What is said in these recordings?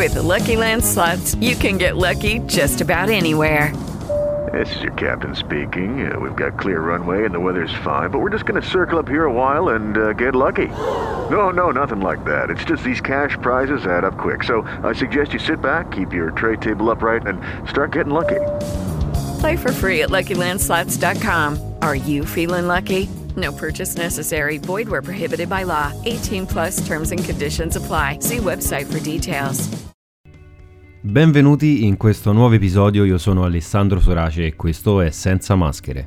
With the Lucky Land Slots, you can get lucky just about anywhere. This is your captain speaking. We've got clear runway and the weather's fine, but we're just going to circle up here a while and get lucky. No, nothing like that. It's just these cash prizes add up quick. So I suggest you sit back, keep your tray table upright, and start getting lucky. Play for free at LuckyLandSlots.com. Are you feeling lucky? No purchase necessary. Void where prohibited by law. 18 plus terms and conditions apply. See website for details. Benvenuti in questo nuovo episodio, io sono Alessandro Sorace e questo è Senza Maschere.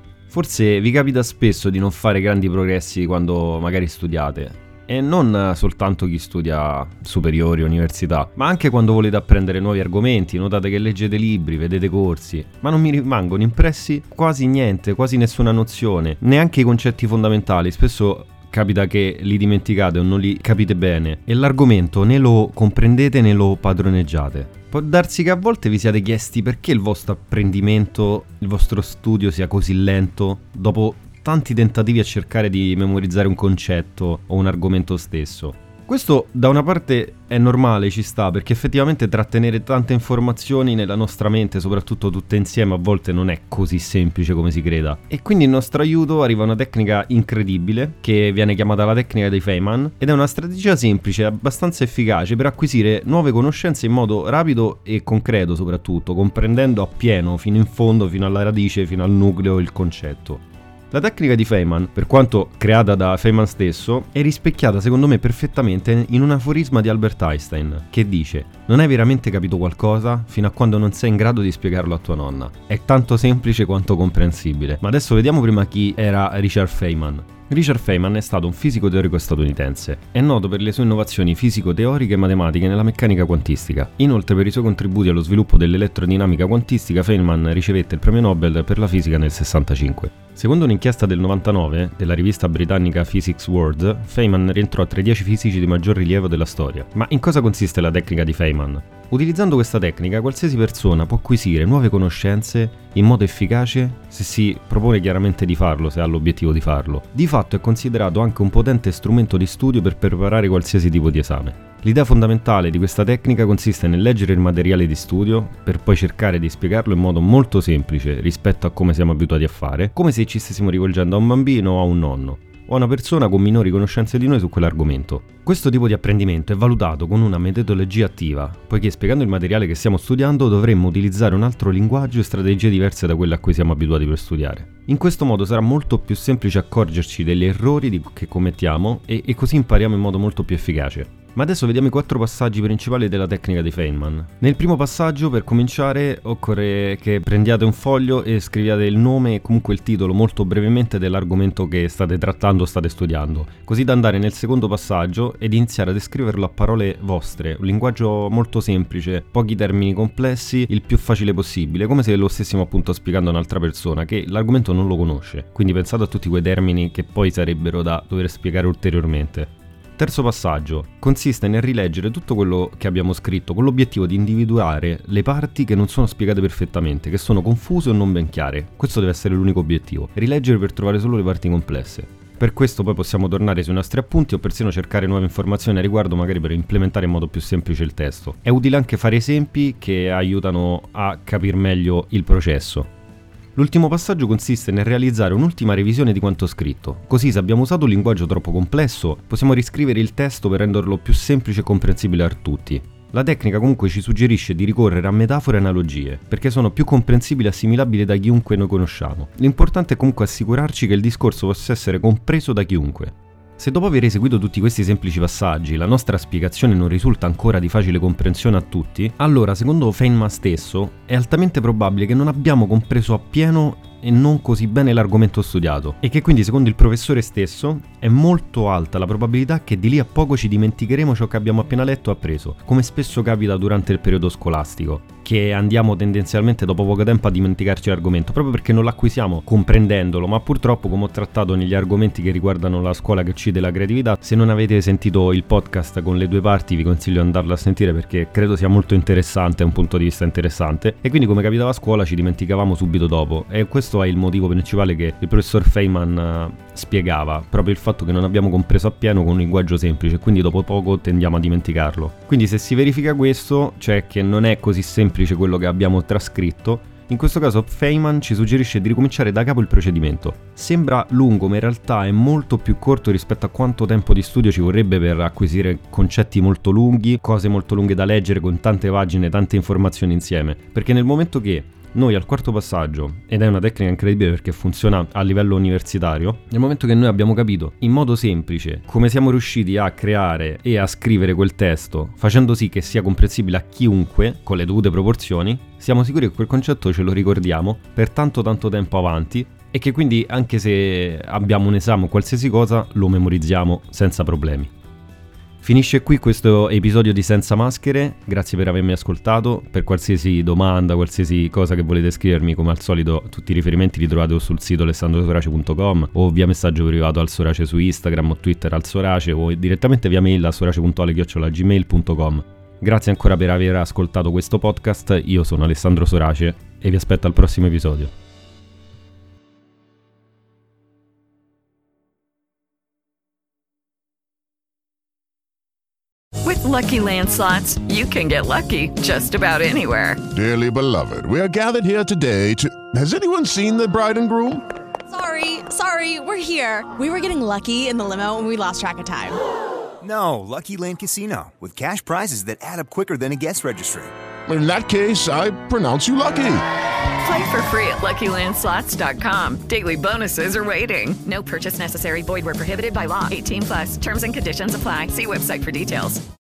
Forse vi capita spesso di non fare grandi progressi quando magari studiate, e non soltanto chi studia superiori, università, ma anche quando volete apprendere nuovi argomenti, notate che leggete libri, vedete corsi, ma non mi rimangono impressi quasi niente, quasi nessuna nozione, neanche i concetti fondamentali, spesso capita che li dimenticate o non li capite bene e l'argomento né lo comprendete né lo padroneggiate. Può darsi che a volte vi siate chiesti perché il vostro apprendimento, il vostro studio sia così lento dopo tanti tentativi a cercare di memorizzare un concetto o un argomento stesso. Questo da una parte è normale, ci sta, perché effettivamente trattenere tante informazioni nella nostra mente, soprattutto tutte insieme, a volte non è così semplice come si creda. E quindi in nostro aiuto arriva una tecnica incredibile che viene chiamata la tecnica dei Feynman ed è una strategia semplice e abbastanza efficace per acquisire nuove conoscenze in modo rapido e concreto, soprattutto comprendendo appieno, fino in fondo, fino alla radice, fino al nucleo il concetto. La tecnica di Feynman, per quanto creata da Feynman stesso, è rispecchiata secondo me perfettamente in un aforisma di Albert Einstein, che dice: non hai veramente capito qualcosa fino a quando non sei in grado di spiegarlo a tua nonna. È tanto semplice quanto comprensibile. Ma adesso vediamo prima chi era Richard Feynman. Richard Feynman è stato un fisico teorico statunitense. È noto per le sue innovazioni fisico-teoriche e matematiche nella meccanica quantistica. Inoltre, per i suoi contributi allo sviluppo dell'elettrodinamica quantistica, Feynman ricevette il premio Nobel per la fisica nel 65. Secondo un'inchiesta del 99 della rivista britannica Physics World, Feynman rientrò tra i 10 fisici di maggior rilievo della storia. Ma in cosa consiste la tecnica di Feynman? Utilizzando questa tecnica, qualsiasi persona può acquisire nuove conoscenze in modo efficace se si propone chiaramente di farlo, se ha l'obiettivo di farlo. Di fatto è considerato anche un potente strumento di studio per preparare qualsiasi tipo di esame. L'idea fondamentale di questa tecnica consiste nel leggere il materiale di studio per poi cercare di spiegarlo in modo molto semplice rispetto a come siamo abituati a fare, come se ci stessimo rivolgendo a un bambino o a un nonno o a una persona con minori conoscenze di noi su quell'argomento. Questo tipo di apprendimento è valutato con una metodologia attiva, poiché spiegando il materiale che stiamo studiando dovremmo utilizzare un altro linguaggio e strategie diverse da quelle a cui siamo abituati per studiare. In questo modo sarà molto più semplice accorgerci degli errori che commettiamo e così impariamo in modo molto più efficace. Ma adesso vediamo i 4 passaggi principali della tecnica di Feynman. Nel primo passaggio, per cominciare, occorre che prendiate un foglio e scriviate il nome e comunque il titolo molto brevemente dell'argomento che state trattando o state studiando, così da andare nel secondo passaggio ed iniziare a descriverlo a parole vostre, un linguaggio molto semplice, pochi termini complessi, il più facile possibile, come se lo stessimo appunto spiegando a un'altra persona che l'argomento non lo conosce. Quindi pensate a tutti quei termini che poi sarebbero da dover spiegare ulteriormente. Terzo passaggio consiste nel rileggere tutto quello che abbiamo scritto con l'obiettivo di individuare le parti che non sono spiegate perfettamente, che sono confuse o non ben chiare. Questo deve essere l'unico obiettivo, rileggere per trovare solo le parti complesse. Per questo poi possiamo tornare sui nostri appunti o persino cercare nuove informazioni a riguardo, magari per implementare in modo più semplice il testo. È utile anche fare esempi che aiutano a capire meglio il processo. L'ultimo passaggio consiste nel realizzare un'ultima revisione di quanto scritto, così se abbiamo usato un linguaggio troppo complesso possiamo riscrivere il testo per renderlo più semplice e comprensibile a tutti. La tecnica comunque ci suggerisce di ricorrere a metafore e analogie, perché sono più comprensibili e assimilabili da chiunque noi conosciamo. L'importante è comunque assicurarci che il discorso possa essere compreso da chiunque. Se dopo aver eseguito tutti questi semplici passaggi la nostra spiegazione non risulta ancora di facile comprensione a tutti, allora secondo Feynman stesso è altamente probabile che non abbiamo compreso appieno e non così bene l'argomento studiato e che quindi secondo il professore stesso è molto alta la probabilità che di lì a poco ci dimenticheremo ciò che abbiamo appena letto o appreso, come spesso capita durante il periodo scolastico, che andiamo tendenzialmente dopo poco tempo a dimenticarci l'argomento proprio perché non l'acquisiamo comprendendolo, ma purtroppo, come ho trattato negli argomenti che riguardano la scuola che uccide la creatività, se non avete sentito il podcast con le 2 parti vi consiglio di andarlo a sentire perché credo sia molto interessante, è un punto di vista interessante, e quindi come capitava a scuola ci dimenticavamo subito dopo, e questo questo è il motivo principale che il professor Feynman spiegava, proprio il fatto che non abbiamo compreso appieno con un linguaggio semplice e quindi dopo poco tendiamo a dimenticarlo. Quindi se si verifica questo, cioè che non è così semplice quello che abbiamo trascritto, in questo caso Feynman ci suggerisce di ricominciare da capo il procedimento. Sembra lungo, ma in realtà è molto più corto rispetto a quanto tempo di studio ci vorrebbe per acquisire concetti molto lunghi, cose molto lunghe da leggere con tante pagine, tante informazioni insieme. Perché nel momento che noi al quarto passaggio, ed è una tecnica incredibile perché funziona a livello universitario, nel momento che noi abbiamo capito in modo semplice come siamo riusciti a creare e a scrivere quel testo, facendo sì che sia comprensibile a chiunque, con le dovute proporzioni, siamo sicuri che quel concetto ce lo ricordiamo per tanto tempo avanti e che quindi anche se abbiamo un esame o qualsiasi cosa lo memorizziamo senza problemi. Finisce qui questo episodio di Senza Maschere, grazie per avermi ascoltato. Per qualsiasi domanda, qualsiasi cosa che volete scrivermi, come al solito tutti i riferimenti li trovate sul sito alessandrosorace.com o via messaggio privato al Sorace su Instagram o Twitter al Sorace o direttamente via mail a sorace.ale@gmail.com. Grazie ancora per aver ascoltato questo podcast, io sono Alessandro Sorace e vi aspetto al prossimo episodio. With Lucky Land Slots, you can get lucky just about anywhere. Dearly beloved, we are gathered here today to... Has anyone seen the bride and groom? Sorry, we're here. We were getting lucky in the limo and we lost track of time. No, Lucky Land Casino, with cash prizes that add up quicker than a guest registry. In that case, I pronounce you lucky. Play for free at LuckyLandSlots.com. Daily bonuses are waiting. No purchase necessary. Void where prohibited by law. 18+. Terms and conditions apply. See website for details.